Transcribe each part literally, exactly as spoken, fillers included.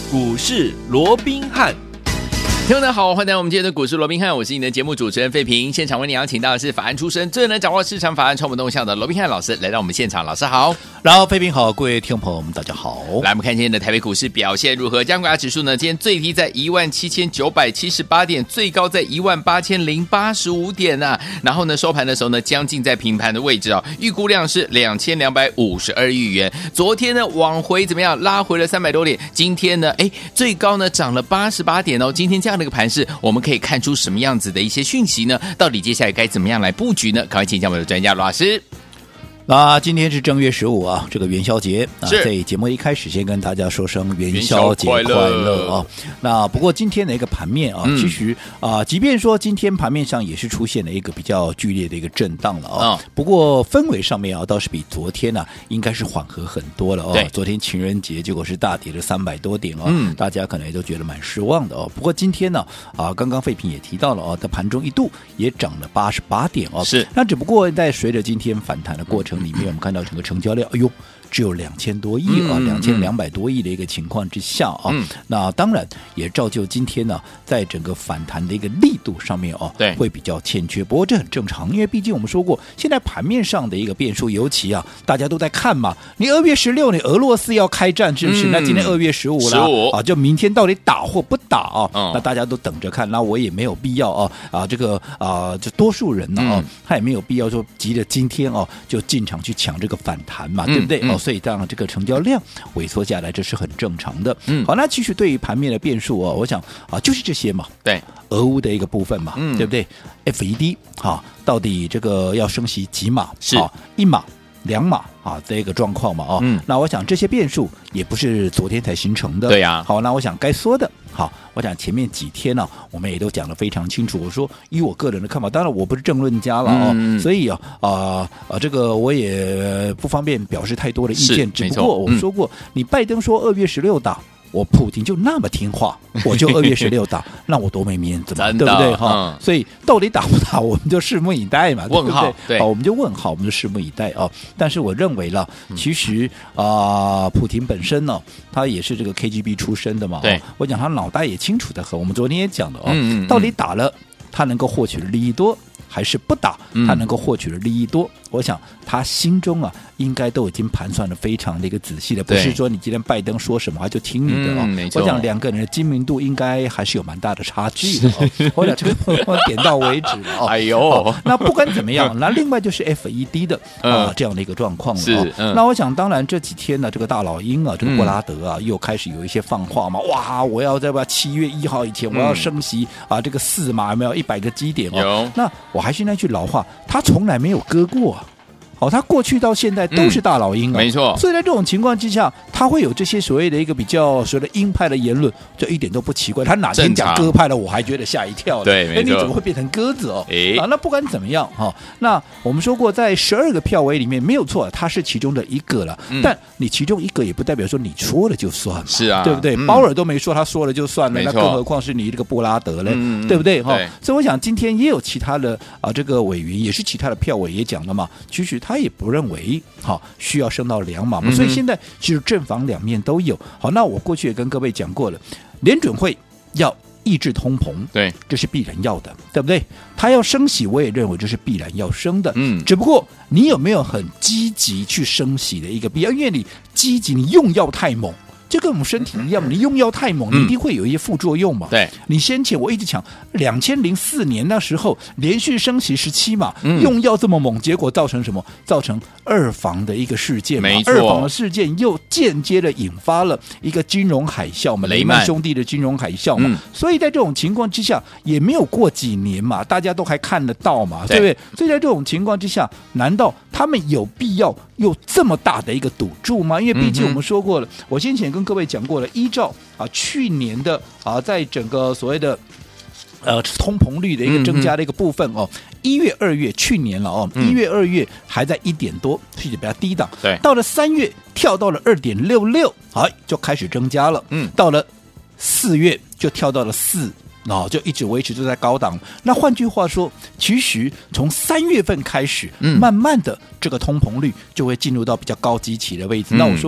股市罗宾汉。听众们好，欢迎来到我们今天的股市罗宾汉，我是你的节目主持人费平。现场为你邀请到的是法案出身、最能掌握市场法案创本动向的罗宾汉老师来到我们现场，老师好。 然后费平好，各位听众朋友们大家好。 来，我们看今天的台北股市表现如何？加权指数呢，今天最低在一万七千九百七十八点，最高在一万八千零八十五点啊。然后呢，收盘的时候呢，将近在平盘的位置哦，预估量是两千两百五十二亿元。昨天呢，往回怎么样？拉回了三百多点。今天呢，哎，最高呢涨了八十八点哦。今天这样的一个盘势，我们可以看出什么样子的一些讯息呢？到底接下来该怎么样来布局呢？赶快请教我们的专家罗老师。 那今天是正月十五啊，这个元宵节啊，在节目一开始先跟大家说声元宵节快乐啊。那不过今天的一个盘面啊，嗯、其实啊，即便说今天盘面上也是出现了一个比较剧烈的一个震荡了啊，嗯、不过氛围上面啊，倒是比昨天呢、啊、应该是缓和很多了哦。昨天情人节结果是大跌了三百多点哦，嗯、大家可能也都觉得蛮失望的哦。不过今天呢啊，刚刚费平也提到了哦，在盘中一度也涨了八十八点哦， 是。 那只不过在随着今天反弹的过程里面，我们看到整个成交量，哎呦，只有两千多亿啊，两千两百多亿的一个情况之下啊，嗯、那当然也照就今天呢，在整个反弹的一个力度上面哦， 对， 会比较欠缺。不过这很正常，因为毕竟我们说过，现在盘面上的一个变数，尤其啊，大家都在看嘛。你二月十六，你俄罗斯要开战，是不是？嗯、那今天二月十五了啊，就明天到底打或不打啊？嗯、那大家都等着看。那我也没有必要啊啊，这个啊，就多数人呢、啊嗯、他也没有必要说急着今天哦、啊、就进场去抢这个反弹嘛，嗯、对不对？嗯、哦，所以当然这个成交量萎缩下来，这是很正常的。嗯，好，那其实对于盘面的变数哦，我想啊，就是这些嘛。 对， 俄乌的一个部分嘛，嗯、对不对 ？F E D 啊，到底这个要升息几码？ 是、 啊、一码。两码啊，这个状况嘛，哦，嗯，那我想这些变数也不是昨天才形成的， 对呀、啊。 好，那我想该说的，好，我想前面几天呢、啊，我们也都讲得非常清楚。我说，以我个人的看法，当然我不是政论家了哦，嗯、所以啊啊啊，这个我也不方便表示太多的意见。只不过我说过，嗯、你拜登说二月十六打。我普京就那么听话，我就二月十六打，那我多没面子嘛，对不对哈？嗯、所以到底打不打，我们就拭目以待嘛， 问号， 对不对？ 对， 好，我们就问号，我们就拭目以待啊。但是我认为了，其实啊、呃，普京本身呢，他也是这个 K G B 出身的嘛， 对， 我讲他脑袋也清楚的很。我们昨天也讲了哦， 嗯嗯嗯到底打了，他能够获取的利益多，还是不打，他能够获取的利益多？嗯、我想他心中啊。应该都已经盘算的非常的一个仔细了，不是说你今天拜登说什么他就听你的哦。 嗯、 我想两个人的精明度应该还是有蛮大的差距的哦。我讲这个点到为止了哦。 哎呦、 哦，那不管怎么样，那另外就是 F E D 的啊、呃、这样的一个状况了、哦。是，嗯、那我想当然这几天呢，这个大老鹰啊，这个布拉德啊，嗯、又开始有一些放话嘛，哇，我要在吧七月一号以前我要升息、嗯、啊，这个四码有没有一百个基点哦？ 有。 那我还是那句老话，他从来没有割过啊。好，他过去到现在都是大老鹰啊、嗯， 没错。 所以在这种情况之下，他会有这些所谓的一个比较所谓的鹰派的言论，这一点都不奇怪。他哪天讲鸽派了，我还觉得吓一跳。 对，没错。 你怎么会变成鸽子哦？ 哎， 啊，那不管怎么样哈、哦，那我们说过，在十二个票委里面没有错，他是其中的一个了。嗯、但你其中一个也不代表说你说了就算嘛， 是啊， 对不对？ 嗯、 鲍尔都没说，他说了就算了，那更何况是你这个布拉德嘞，嗯、对不对？哈、哦，所以我想今天也有其他的啊，这个委员也是其他的票委也讲了嘛，其实他也不认为。好，需要升到两码嘛，所以现在其实正反两面都有。好，那我过去也跟各位讲过了，联准会要抑制通膨， 对， 这是必然要的，对不对？他要升息，我也认为这是必然要升的。 嗯， 只不过你有没有很积极去升息的一个必要？因为你积极，你用药太猛。就跟我们身体一样，你用药太猛，你一定会有一些副作用嘛。 对， 你先前我一直讲，两千零四年那时候连续升息十七嘛，嗯、用药这么猛，结果造成什么？造成二房的一个事件嘛。 没错， 二房的事件又间接的引发了一个金融海啸嘛，雷曼兄弟的金融海啸嘛。嗯、所以在这种情况之下，也没有过几年嘛，大家都还看得到嘛，对不对？所以在这种情况之下，难道他们有必要有这么大的一个赌注吗？因为毕竟我们说过了，嗯、我先前跟各位讲过了，依照啊去年的啊，在整个所谓的呃通膨率的一个增加的一个部分哦，一月、二月去年了哦，一月、二月还在一点多，是比较低档。 对， 到了三月跳到了二点六六，哎，就开始增加了。嗯，到了四月就跳到了四。哦，就一直维持就在高档。那换句话说，其实从三月份开始，嗯、慢慢的这个通膨率就会进入到比较高基期的位置。嗯、那我说过，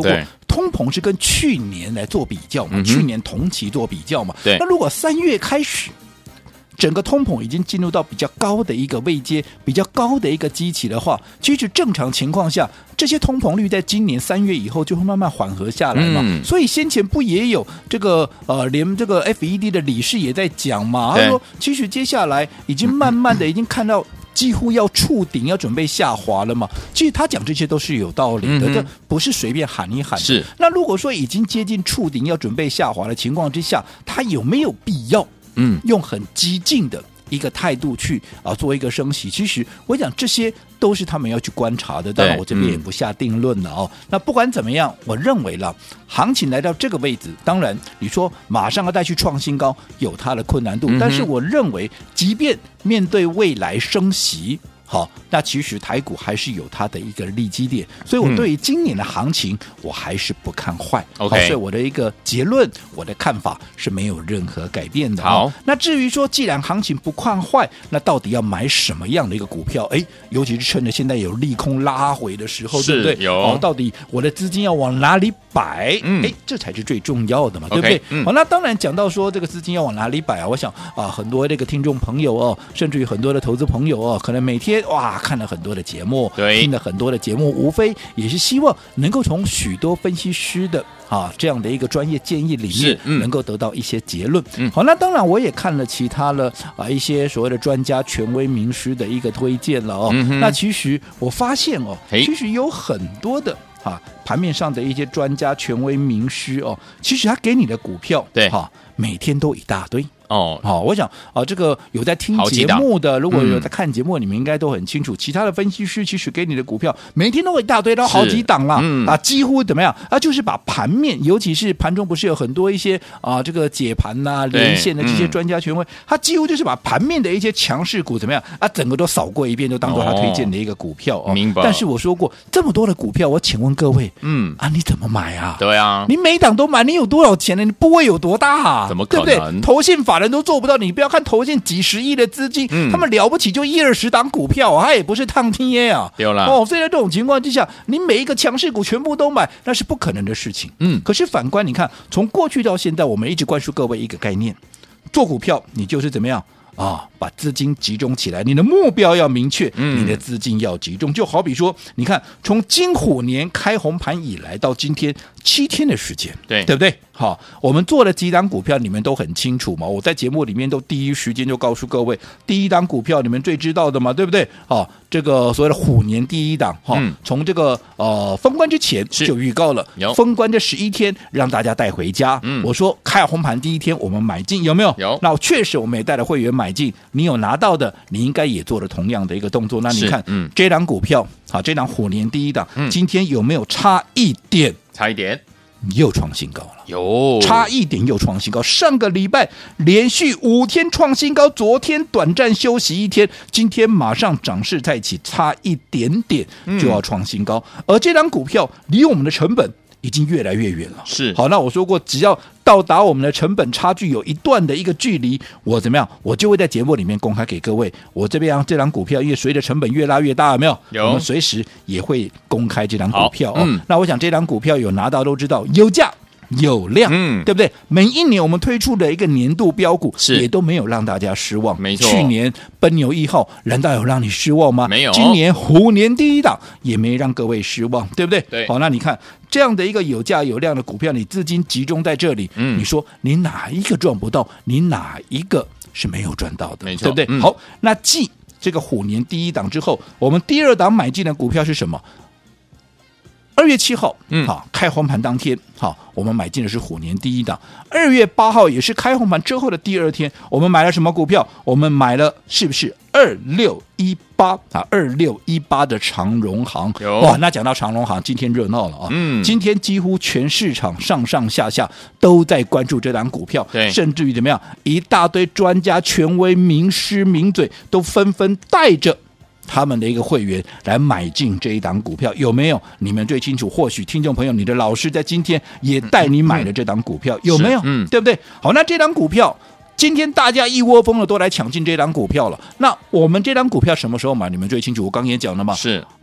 通膨是跟去年来做比较嘛，嗯、去年同期做比较嘛。 对。 那如果三月开始，整个通膨已经进入到比较高的一个位阶，比较高的一个基期的话，其实正常情况下，这些通膨率在今年三月以后就会慢慢缓和下来嘛。嗯、所以先前不也有这个呃，连这个 F E D 的理事也在讲嘛，他说其实接下来已经慢慢的已经看到几乎要触顶，要准备下滑了嘛。其实他讲这些都是有道理的，嗯、这不是随便喊一喊的。 是。 那如果说已经接近触顶，要准备下滑的情况之下，他有没有必要？嗯，用很激进的一个态度去啊做一个升息，其实我讲这些都是他们要去观察的，当然我这边也不下定论了哦。嗯、那不管怎么样，我认为了行情来到这个位置，当然你说马上要再去创新高，有它的困难度，嗯、但是我认为，即便面对未来升息，好，那其实台股还是有它的一个利基点，所以我对于今年的行情，嗯、我还是不看坏。OK， 所以我的一个结论，我的看法是没有任何改变的。 好， 那至于说，既然行情不看坏，那到底要买什么样的一个股票？哎，尤其是趁着现在有利空拉回的时候，对不对？ 有、 哦，到底我的资金要往哪里摆？嗯，哎，这才是最重要的嘛， okay, 对不对？嗯、好，那当然讲到说这个资金要往哪里摆啊，我想啊，很多这个听众朋友哦，甚至于很多的投资朋友哦，可能每天哇看了很多的节目，听了很多的节目，无非也是希望能够从许多分析师的啊这样的一个专业建议里面，嗯、能够得到一些结论。嗯、好，那当然我也看了其他的啊一些所谓的专家、权威名师的一个推荐了哦。嗯、那其实我发现哦，其实有很多的啊盘面上的一些专家、权威名师哦，其实他给你的股票，对哈、啊，每天都一大堆。哦，好，我想啊，这个有在听节目的，如果有在看节目，嗯、你们应该都很清楚。其他的分析师其实给你的股票每天都有一大堆，到好几档了，嗯、啊，几乎怎么样啊？就是把盘面，尤其是盘中不是有很多一些啊，这个解盘呐、啊、连线的这些专家权威，嗯、他几乎就是把盘面的一些强势股怎么样啊，整个都扫过一遍，就当做他推荐的一个股票哦。 明白。 但是我说过，这么多的股票，我请问各位，嗯啊，你怎么买啊？ 对啊， 你每档都买，你有多少钱呢？你部位有多大啊？ 怎么可能？ 对不对？投信法人都做不到，你不要看投信几十亿的资金，嗯、他们了不起就一二十档股票，啊，他也不是烫天啊。 对了哦，所以在这种情况之下，你每一个强势股全部都买，那是不可能的事情。嗯，可是反观你看，从过去到现在，我们一直灌输各位一个概念：做股票，你就是怎么样啊？把资金集中起来，你的目标要明确，嗯、你的资金要集中。就好比说，你看从金虎年开红盘以来到今天七天的时间，对对不对？好，我们做了几档股票，你们都很清楚嘛。我在节目里面都第一时间就告诉各位，第一档股票你们最知道的嘛，对不对？好，这个所谓的虎年第一档，哈、嗯，从这个呃封关之前就预告了，封关这十一天让大家带回家。嗯、我说开红盘第一天我们买进，有没有？ 有。 那确实我们也带了会员买进，你有拿到的，你应该也做了同样的一个动作。那你看，嗯、这档股票，好，这档虎年第一档，嗯、今天有没有差一点？ 差一点。 又创新高了， 有差一点又创新高。上个礼拜连续五天创新高，昨天短暂休息一天，今天马上涨势再起，差一点点就要创新高。嗯、而这档股票离我们的成本已经越来越远了。 是， 好，那我说过，只要到达我们的成本差距有一段的一个距离，我怎么样，我就会在节目里面公开给各位。我这边这档股票，因为随着成本越拉越大，有没有？ 有， 我们随时也会公开这档股票哦。嗯、那我想这档股票有拿到都知道，有价有量，嗯，对不对？每一年我们推出的一个年度标股，也都没有让大家失望。 没错， 去年奔牛一号，难道有让你失望吗？ 没有。 今年虎年第一档也没让各位失望，对不对？ 对。 好，那你看这样的一个有价有量的股票，你资金集中在这里，嗯，你说你哪一个赚不到？你哪一个是没有赚到的？ 没错， 对不对？嗯、好，那继这个虎年第一档之后，我们第二档买进的股票是什么？二月七号，嗯，好，开红盘当天，好，我们买进的是虎年第一档。二月八号也是开红盘之后的第二天，我们买了什么股票？我们买了是不是二六一八啊？二六一八的长荣航，哇，那讲到长荣航，今天热闹了啊！嗯，今天几乎全市场上上下下都在关注这档股票， 对， 甚至于怎么样，一大堆专家、权威、名师、名嘴都纷纷带着他们的一个会员来买进这一档股票，有没有？你们最清楚。或许听众朋友，你的老师在今天也带你买了这档股票，嗯、有没有？嗯，对不对？好，那这档股票今天大家一窝蜂的都来抢进这档股票了。那我们这档股票什么时候买？你们最清楚。我刚也讲了嘛， 是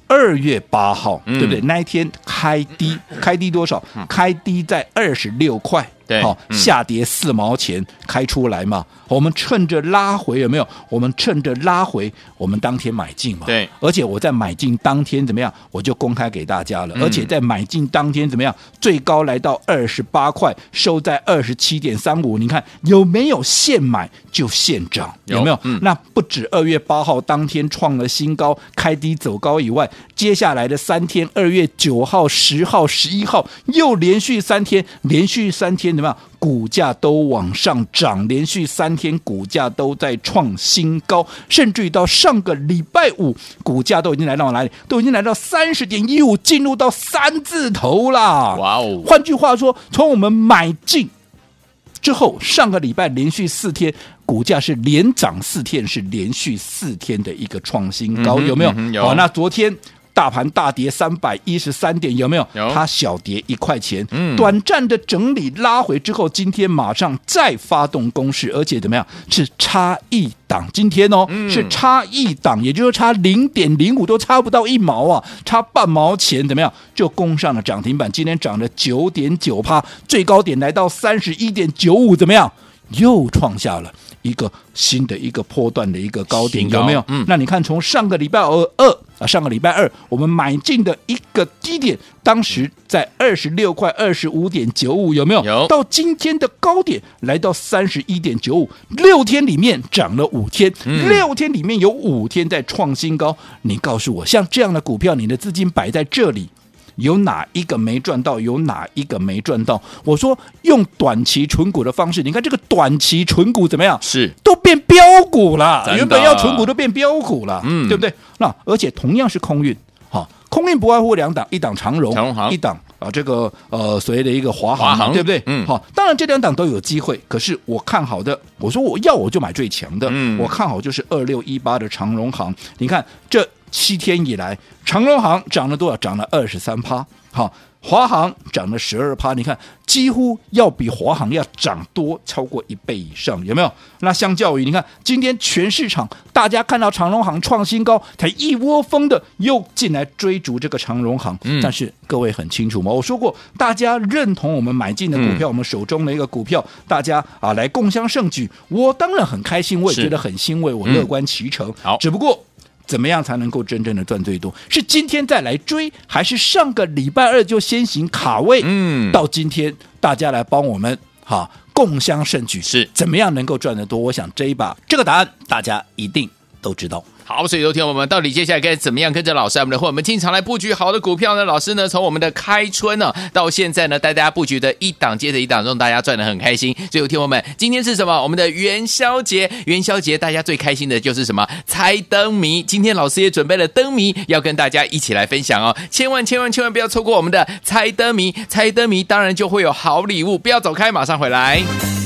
二月八号， 嗯、 对不对？那一天开低，开低多少？嗯、开低在二十六块。 对， 好、哦嗯， 下跌四毛钱开出来嘛，我们趁着拉回有没有？我们趁着拉回，我们当天买进嘛。 对， 而且我在买进当天怎么样？我就公开给大家了。 嗯、 而且在买进当天怎么样？最高来到二十八块，收在二十七点三五。你看有没有现买就现涨？有没有？ 嗯、 那不止二月八号当天创了新高，开低走高以外，接下来的三天，二月九号、十号、十一号又连续三天，连续三天。怎么样？股价都往上涨，连续三天股价都在创新高，甚至于到上个礼拜五，股价都已经来到哪里？都已经来到三十点一五，进入到三字头啦！ 哇哦！ 换句话说，从我们买进之后，上个礼拜连续四天。股价是连涨四天，是连续四天的一个创新高，嗯、有没有？ 嗯、有。 好，那昨天大盘大跌三百一十三点，有没有？ 有。 它小跌一块钱， 嗯， 短暂的整理拉回之后，今天马上再发动攻势，而且怎么样？是差一档，今天哦、嗯、是差一档，也就是差零点零五，都差不到一毛啊，差半毛钱，怎么样？就攻上了涨停板，今天涨了九点九趴，最高点来到三十一点九五，怎么样？又创下了一个新的一个波段的一个高点， 高有没有？ 嗯， 那你看，从上个礼拜二二啊，上个礼拜二我们买进的一个低点，当时在二十六块二十五点九五，有没有？ 有。 到今天的高点来到三十一点九五，六天里面涨了五天，嗯、六天里面有五天在创新高。你告诉我，像这样的股票，你的资金摆在这里。有哪一个没赚到？有哪一个没赚到？我说用短期存股的方式，你看这个短期存股怎么样？ 是都变标股了，原本要存股都变标股了，嗯，对不对？那而且同样是空运，哈，空运不外乎两档，一档长荣， 长荣行， 一档啊这个呃所谓的一个华航， 华航对不对？ 嗯， 好，当然这两档都有机会，可是我看好的，我说我要我就买最强的， 嗯， 我看好就是二六一八的长荣行，你看这。七天以来，长荣航涨了多少？涨了二十三趴。好，华航涨了十二趴。你看，几乎要比华航要涨多超过一倍以上，有没有？那相较于你看，今天全市场大家看到长荣航创新高，才一窝蜂的又进来追逐这个长荣航。嗯，但是各位很清楚吗？我说过，大家认同我们买进的股票，嗯、我们手中的一个股票，大家啊来共襄盛举，我当然很开心，我也觉得很欣慰，我乐观其成。嗯、 好， 只不过。怎么样才能够真正的赚最多？是今天再来追，还是上个礼拜二就先行卡位？嗯，到今天大家来帮我们哈共襄盛举， 是怎么样能够赚得多？我想这一把这个答案大家一定都知道。 好，所以昨天我们到底接下来该怎么样跟着老师我们的伙伴们经常来布局好的股票呢？老师呢从我们的开春呢、啊、到现在呢带大家布局的一档接着一档，让大家赚得很开心。所以有听我们今天是什么？我们的元宵节，元宵节大家最开心的就是什么？猜灯谜。今天老师也准备了灯谜要跟大家一起来分享哦，千万千万千万不要错过我们的猜灯谜。猜灯谜当然就会有好礼物，不要走开，马上回来。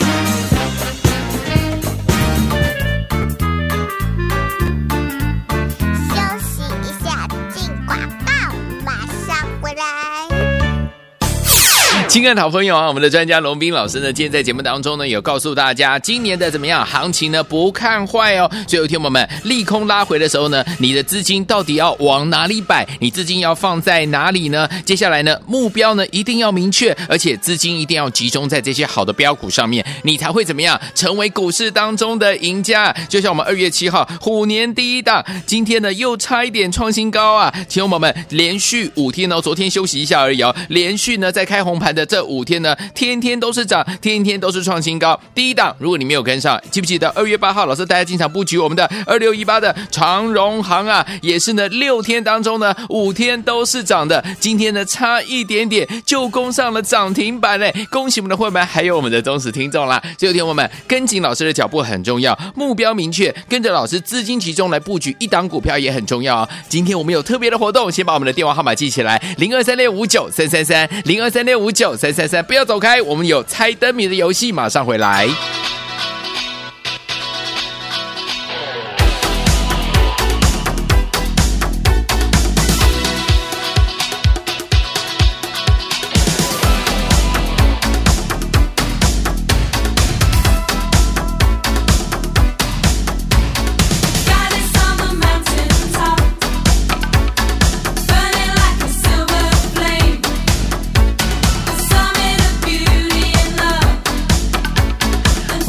亲爱的好朋友啊，我们的专家龙斌老师呢，今天在节目当中呢，有告诉大家，今年的怎么样行情呢？不看坏哦。所以有听友们利空拉回的时候呢，你的资金到底要往哪里摆？你资金要放在哪里呢？接下来呢，目标呢一定要明确，而且资金一定要集中在这些好的标股上面，你才会怎么样成为股市当中的赢家。就像我们二月七号虎年第一档，今天呢又差一点创新高啊！听友们连续五天哦，昨天休息一下而已哦，连续呢在开红盘的这五天呢，天天都是涨，天天都是创新高。第一档，如果你没有跟上，记不记得二月八号老师大家经常布局我们的二六一八的长荣航啊，也是呢六天当中呢五天都是涨的，今天呢差一点点就攻上了涨停板嘞！恭喜我们的会员还有我们的忠实听众啦！所以有天我们跟紧老师的脚步很重要，目标明确，跟着老师资金集中来布局一档股票也很重要哦。今天我们有特别的活动，先把我们的电话号码记起来，零二三六五九三三三，零二三六五九三三三，不要走开，我们有猜灯谜的游戏，马上回来。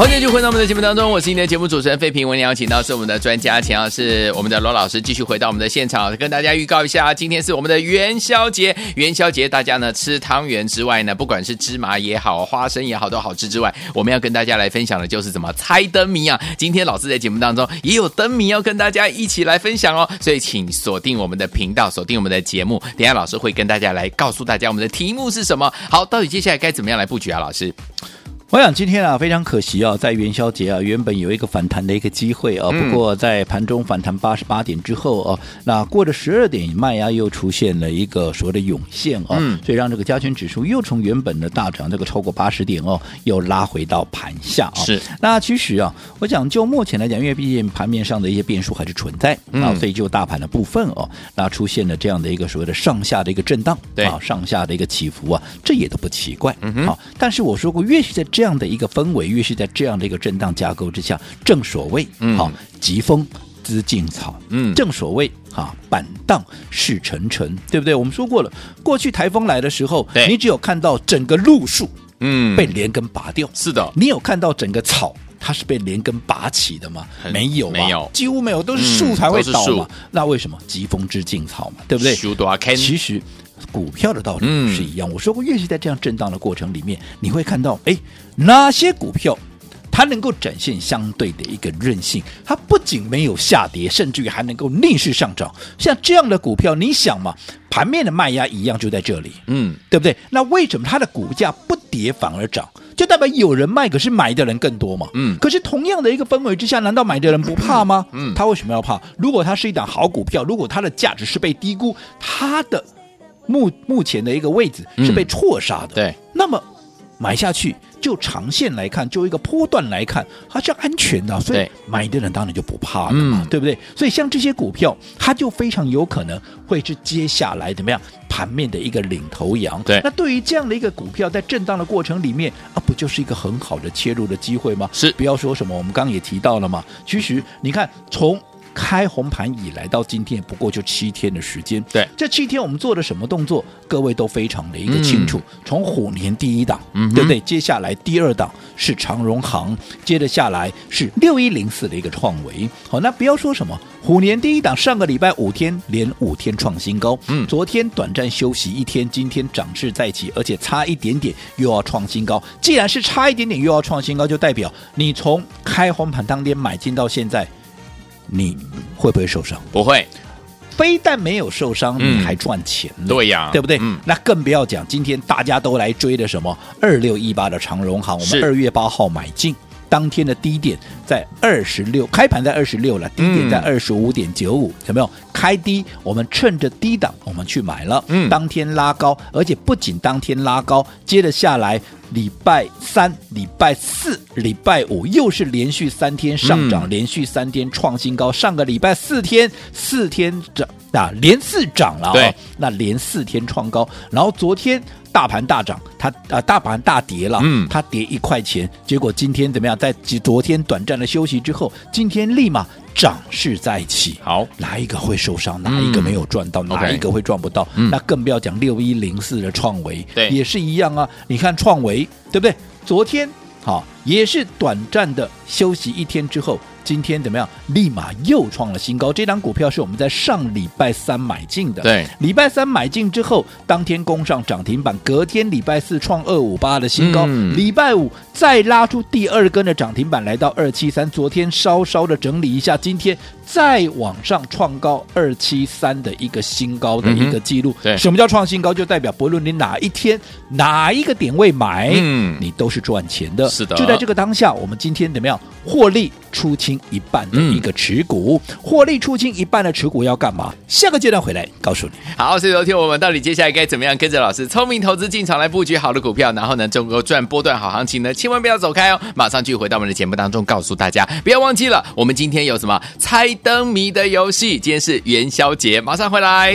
欢迎继续回到我们的节目当中，我是今天的节目主持人费平。我们邀请到是我们的专家钱老师，我们的罗老师，继续回到我们的现场，跟大家预告一下，今天是我们的元宵节。元宵节大家呢吃汤圆之外呢，不管是芝麻也好，花生也好，都好吃之外，我们要跟大家来分享的就是怎么猜灯谜啊。今天老师在节目当中也有灯谜要跟大家一起来分享哦，所以请锁定我们的频道，锁定我们的节目，等一下老师会跟大家来告诉大家我们的题目是什么。好，到底接下来该怎么样来布局啊？老师， 我想今天啊，非常可惜啊，在元宵节啊，原本有一个反弹的一个机会啊，不过在盘中反弹八十八点之后啊，那过了十二点，卖压又出现了一个所谓的涌现啊，嗯、所以让这个加权指数又从原本的大涨这个超过八十点哦，又拉回到盘下啊。 是， 那其实啊，我想就目前来讲，因为毕竟盘面上的一些变数还是存在、嗯、啊，所以就大盘的部分哦，那出现了这样的一个所谓的上下的一个震荡， 对啊，上下的一个起伏啊，这也都不奇怪。嗯好、啊，但是我说过，越是在这这样的一个氛围，越是在这样的一个震荡架构之下，正所谓嗯、 好疾风知劲草，嗯，正所谓啊板荡识沉沉，对不对？我们说过了，过去台风来的时候，你只有看到整个路树嗯被连根拔掉， 是的， 你有看到整个草它是被连根拔起的吗？没有、啊， 没有， 几乎没有，都是树才会倒嘛。嗯、那为什么疾风知劲草嘛？对不对？其实股票的道理是一样。嗯、我说过，越是在这样震荡的过程里面，你会看到，哎，哪些股票它能够展现相对的一个韧性，它不仅没有下跌，甚至于还能够逆势上涨。像这样的股票，你想嘛，盘面的卖压一样就在这里，嗯，对不对？那为什么它的股价不跌反而涨？就代表有人卖，可是买的人更多嘛。嗯，可是同样的一个氛围之下，难道买的人不怕吗？嗯，他为什么要怕？如果它是一档好股票，如果它的价值是被低估，它的目目前的一个位置是被错杀的，嗯、对，那么买下去，就长线来看，就一个波段来看，它是安全的，所以买的人当然就不怕了嘛，对不对？所以像这些股票，它就非常有可能会是接下来怎么样盘面的一个领头羊。对，那对于这样的一个股票，在震荡的过程里面啊，不就是一个很好的切入的机会吗？是，不要说什么，我们刚刚也提到了嘛，其实你看从开红盘以来到今天不过就七天的时间，对，这七天我们做了什么动作，各位都非常的一个清楚。嗯、从虎年第一档，嗯、对不对？接下来第二档是长荣航，接着下来是六一零四的一个创维。好，那不要说什么虎年第一档，上个礼拜五天连五天创新高，嗯，昨天短暂休息一天，今天涨势再起，而且差一点点又要创新高。既然是差一点点又要创新高，就代表你从开红盘当天买进到现在，你会不会受伤？不会，非但没有受伤，嗯、你还赚钱了。对呀，对不对？嗯、那更不要讲，今天大家都来追的什么二六一八的长荣航，我们二月八号买进，当天的低点在二十六，开盘在二十六了，低点在二十五点九五，有没有？开低，我们趁着低档我们去买了，嗯、当天拉高，而且不仅当天拉高，接着下来。礼拜三、礼拜四、礼拜五又是连续三天上涨，嗯、连续三天创新高。上个礼拜四天，四天涨啊，连四涨了，哦，对，那连四天创高。然后昨天大盘大涨，它啊大盘大跌了，嗯，它跌一块钱，结果今天怎么样？在昨天短暂的休息之后，今天立马涨势再起。好，哪一个会受伤？哪一个没有赚到？嗯、哪一个会赚不到？嗯、那更不要讲六一零四的创维，对，也是一样啊。你看创维。对不对？昨天好也是短暂的休息一天之后，今天怎么样？立马又创了新高。这档股票是我们在上礼拜三买进的，对，礼拜三买进之后，当天攻上涨停板，隔天礼拜四创二五八的新高，嗯、礼拜五再拉出第二根的涨停板，来到二七三。昨天稍稍的整理一下，今天再往上创高二七三的一个新高的一个记录。嗯、什么叫创新高？就代表不论你哪一天哪一个点位买，嗯、你都是赚钱的。是的，就在这个当下，我们今天怎么样？获利出清一半的一个持股，嗯、获利出清一半的持股要干嘛？下个阶段回来告诉你。 好，所以昨天我们到底接下来该怎么样跟着老师聪明投资进场来布局好的股票，然后呢，能够赚波段好行情呢？千万不要走开哦！马上就回到我们的节目当中，告诉大家，不要忘记了，我们今天有什么猜灯谜的游戏？今天是元宵节，马上回来。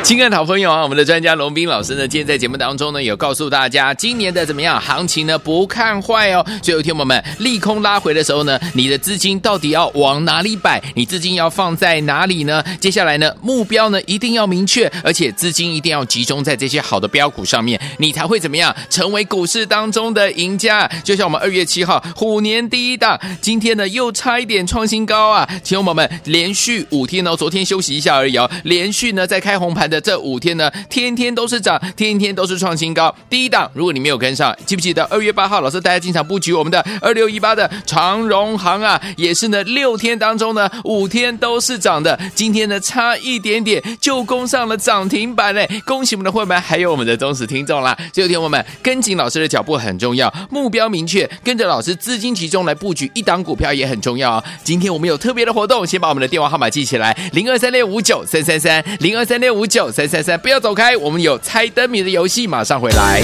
亲爱的好朋友啊，我们的专家龙斌老师呢，今天在节目当中呢，有告诉大家，今年的怎么样行情呢？不看坏哦。所以有听我们利空拉回的时候呢，你的资金到底要往哪里摆？你资金要放在哪里呢？接下来呢，目标呢一定要明确，而且资金一定要集中在这些好的标股上面，你才会怎么样成为股市当中的赢家。就像我们二月七号虎年第一档，今天呢又差一点创新高啊！请我们连续五天哦，昨天休息一下而已哦，连续呢在开红盘的这五天呢，天天都是涨，天天都是创新高。第一档，如果你没有跟上，记不记得二月八号老师带大家进场布局我们的二六一八的长荣航啊，也是呢六天当中呢五天都是涨的，今天呢差一点点就攻上了涨停板嘞！恭喜我们的会员还有我们的忠实听众啦！所以有天我们跟紧老师的脚步很重要，目标明确，跟着老师资金集中来布局一档股票也很重要哦。今天我们有特别的活动，先把我们的电话号码记起来，零二三六五九三三三，零二三六五九三三三，不要走开，我们有猜灯谜的游戏，马上回来。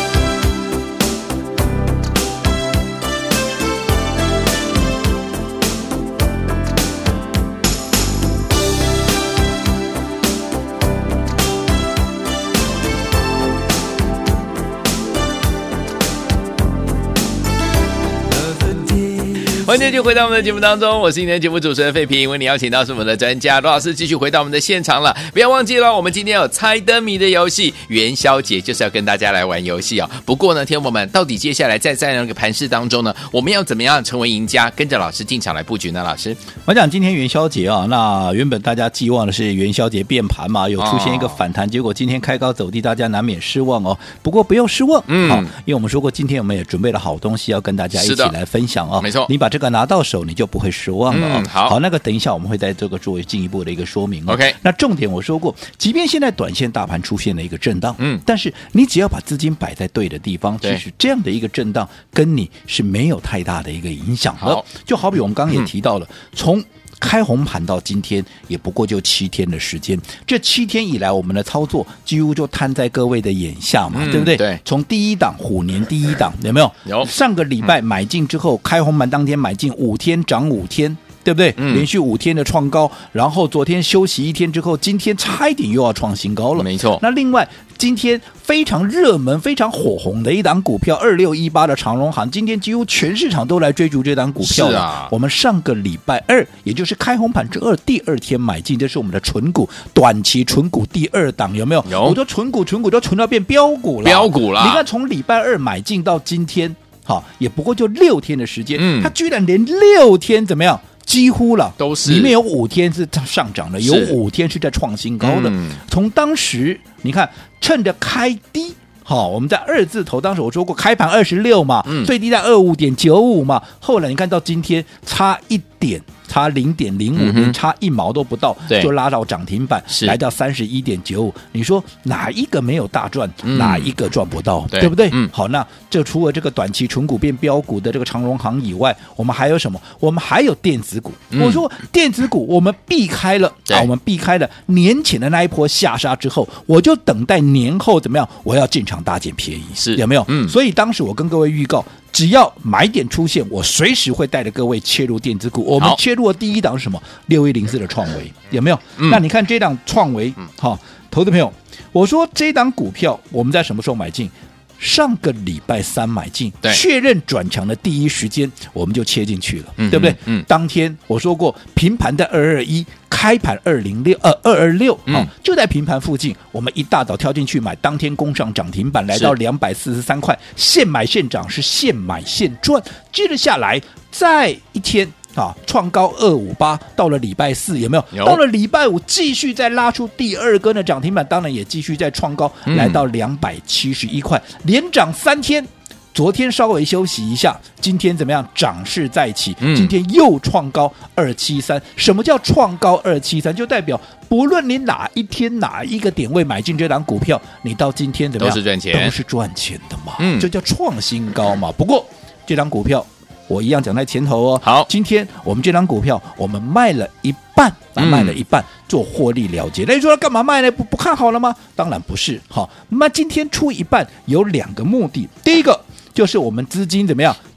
欢迎继续回到我们的节目当中，我是今天的节目主持人费平，为你邀请到是我们的专家罗老师，继续回到我们的现场了。不要忘记了，我们今天有猜灯谜的游戏，元宵节就是要跟大家来玩游戏哦。不过呢，听众朋友们，到底接下来在在那个盘势当中呢，我们要怎么样成为赢家，跟着老师进场来布局呢？老师， 我讲今天元宵节啊，那原本大家寄望的是元宵节变盘嘛，有出现一个反弹，哦、结果今天开高走低，大家难免失望哦。不过不用失望，嗯，好，因为我们说过，今天我们也准备了好东西要跟大家一起来分享哦。 没错， 你把这个拿到手，你就不会失望了、哦嗯、好, 好，那个等一下我们会在这个作为进一步的一个说明、哦、 OK， 那重点我说过，即便现在短线大盘出现了一个震荡，嗯，但是你只要把资金摆在对的地方，其实这样的一个震荡跟你是没有太大的一个影响的。好，就好比我们刚刚也提到了，从、嗯开红盘到今天也不过就七天的时间，这七天以来我们的操作几乎就摊在各位的眼下嘛，嗯、对不对？ 对。 从第一档虎年第一档有没有？ 有。 上个礼拜买进之后，嗯、开红盘当天买进，五天涨五天。对不对、嗯？连续五天的创高，然后昨天休息一天之后，今天差一点又要创新高了。 没错。 那另外，今天非常热门、非常火红的一档股票二六一八的长荣航，今天几乎全市场都来追逐这档股票了。是啊。我们上个礼拜二，也就是开红盘之二第二天买进，这是我们的纯股短期纯股第二档，有没有？ 有。 我说纯股纯股都纯到变标股了。 标股了。 你看从礼拜二买进到今天，好，也不过就六天的时间，嗯，它居然连六天怎么样？几乎了， 都是里面有五天是上涨的，有五天是在创新高的。嗯、从当时你看，趁着开低，好，我们在二字头，当时我说过开盘二十六嘛，嗯、最低在二五点九五嘛。后来你看到今天差一点，差零点零五，连差一毛都不到，就拉到涨停板，来到三十一点九五。你说哪一个没有大赚？嗯、哪一个赚不到？对, 对不对？嗯、好，那这除了这个短期纯股变标股的这个长荣航以外，我们还有什么？我们还有电子股。嗯、我说电子股我们避开了啊，我们避开了年前的那一波下杀之后，我就等待年后怎么样？我要进场大捡便宜， 是有没有？ 嗯， 所以当时我跟各位预告，只要买点出现，我随时会带着各位切入电子股。我们切入的第一档是什么？六一零四的创维，有没有？嗯、那你看这档创维，好、嗯，投资朋友，我说这档股票我们在什么时候买进？上个礼拜三买进，确认转强的第一时间，我们就切进去了，嗯、对不对？嗯，当天我说过，平盘在二二一，开盘二零六，呃，二二六，好，就在平盘附近，我们一大早跳进去买，当天攻上涨停板，来到两百四十三块，现买现涨，是现买现赚。接着下来，再一天。啊，创高二五八，到了礼拜四有没有？有。到了礼拜五继续再拉出第二根的涨停板，当然也继续再创高，嗯、来到两百七十一块，连涨三天。昨天稍微休息一下，今天怎么样？涨势再起，嗯、今天又创高二七三。什么叫创高二七三？就代表不论你哪一天哪一个点位买进这档股票，你到今天怎么样？ 都是赚钱， 都是赚钱的嘛。嗯，这叫创新高嘛。不过这档股票。我一样讲在前头哦。 好， 今天我们这张股票我们卖了一半，啊、卖了一半做获利了结。那你说干嘛卖呢？不不看好了吗？当然不是。好，那今天出一半有两个目的，第一个就是我们资金怎么样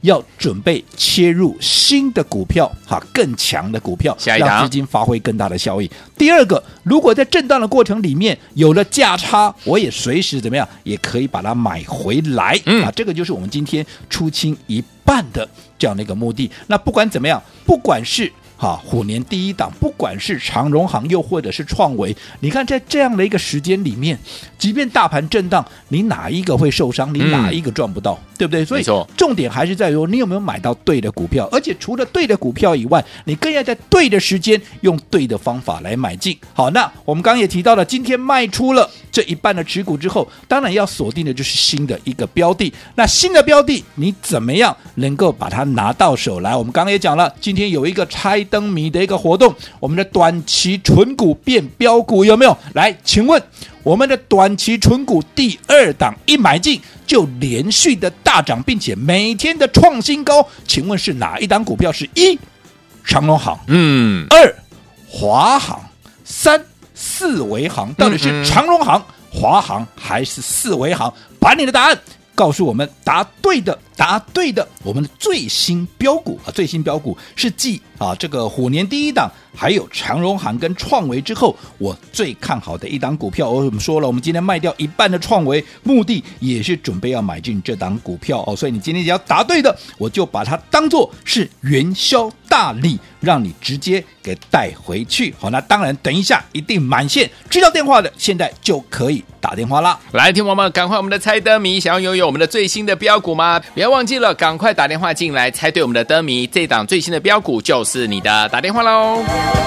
要准备切入新的股票，哈，更强的股票，让资金发挥更大的效益。第二个，如果在震荡的过程里面有了价差，我也随时怎么样，也可以把它买回来。嗯、啊，这个就是我们今天出清一半的这样的一个目的。那不管怎么样，不管是好，虎年第一档，不管是长荣航又或者是创维，你看在这样的一个时间里面，即便大盘震荡，你哪一个会受伤？你哪一个赚不到？嗯、对不对？所以重点还是在于你有没有买到对的股票，而且除了对的股票以外，你更要在对的时间用对的方法来买进。好，那我们刚刚也提到了，今天卖出了这一半的持股之后，当然要锁定的就是新的一个标的。那新的标的你怎么样能够把它拿到手来？我们刚刚也讲了，今天有一个拆灯谜的一个活动，我们的短期纯股变标股有没有？来，请问我们的短期纯股第二档一买进就连续的大涨，并且每天的创新高，请问是哪一档股票？是一长荣航，嗯，二华航，三四维航，到底是长荣航、华航还是四维航？把你的答案告诉我们，答对的，答对的，我们的最新标股啊，最新标股是继啊这个虎年第一档，还有长荣航跟创维之后，我最看好的一档股票。我们说了，我们今天卖掉一半的创维，目的也是准备要买进这档股票哦。所以你今天只要答对的，我就把它当作是元宵大礼，让你直接给带回去。好，那当然，等一下一定满线，知道电话的现在就可以打电话啦。 来，听众朋友们，赶快我们的猜灯谜，想要拥有我们的最新的标股吗？不要忘记了，赶快打电话进来猜对我们的灯谜，这档最新的标股就是你的，打电话喽。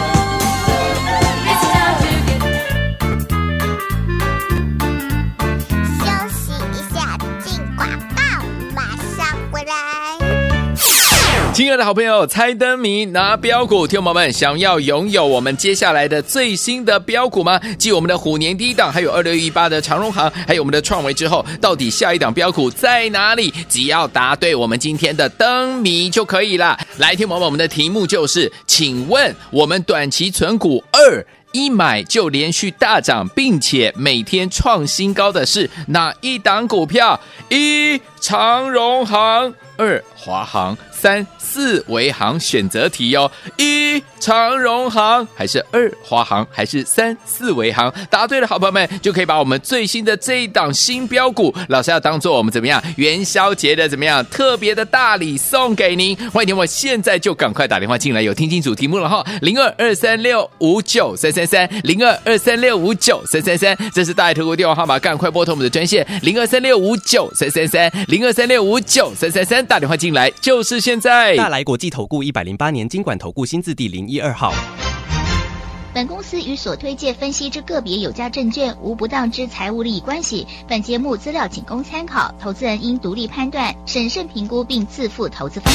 亲爱的好朋友，猜灯谜拿标股，听众朋友们，想要拥有我们接下来的最新的标股吗？继我们的虎年第一档，还有二六一八的长荣航，还有我们的创维之后，到底下一档标股在哪里？只要答对我们今天的灯谜就可以了。来，听众朋友们，我们的题目就是，请问我们短期存股二一买就连续大涨，并且每天创新高的是哪一档股票？一长荣航，二华航，三四维航，选择题哦。一长荣航还是二华航还是三四维航？答对的好朋友们就可以把我们最新的这一档新标股，老师要当做我们怎么样元宵节的怎么样特别的大礼送给您。欢迎听我现在就赶快打电话进来，有听清楚题目了哈，零二二三六五九三三三，零二二三六五九三三三，这是大爱投顾电话号码，赶快拨通我们的专线零二三六五九三三三，零二三六五九三三三，打电话进来就是现在。 大来国际投顾一百零八年金管投顾新字第零一二号。 本公司与所推介分析之个别有价证券无不当之财务利益关系。本节目资料仅供参考，投资人应独立判断、审慎评估并自负投资风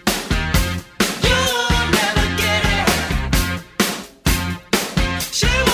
险。She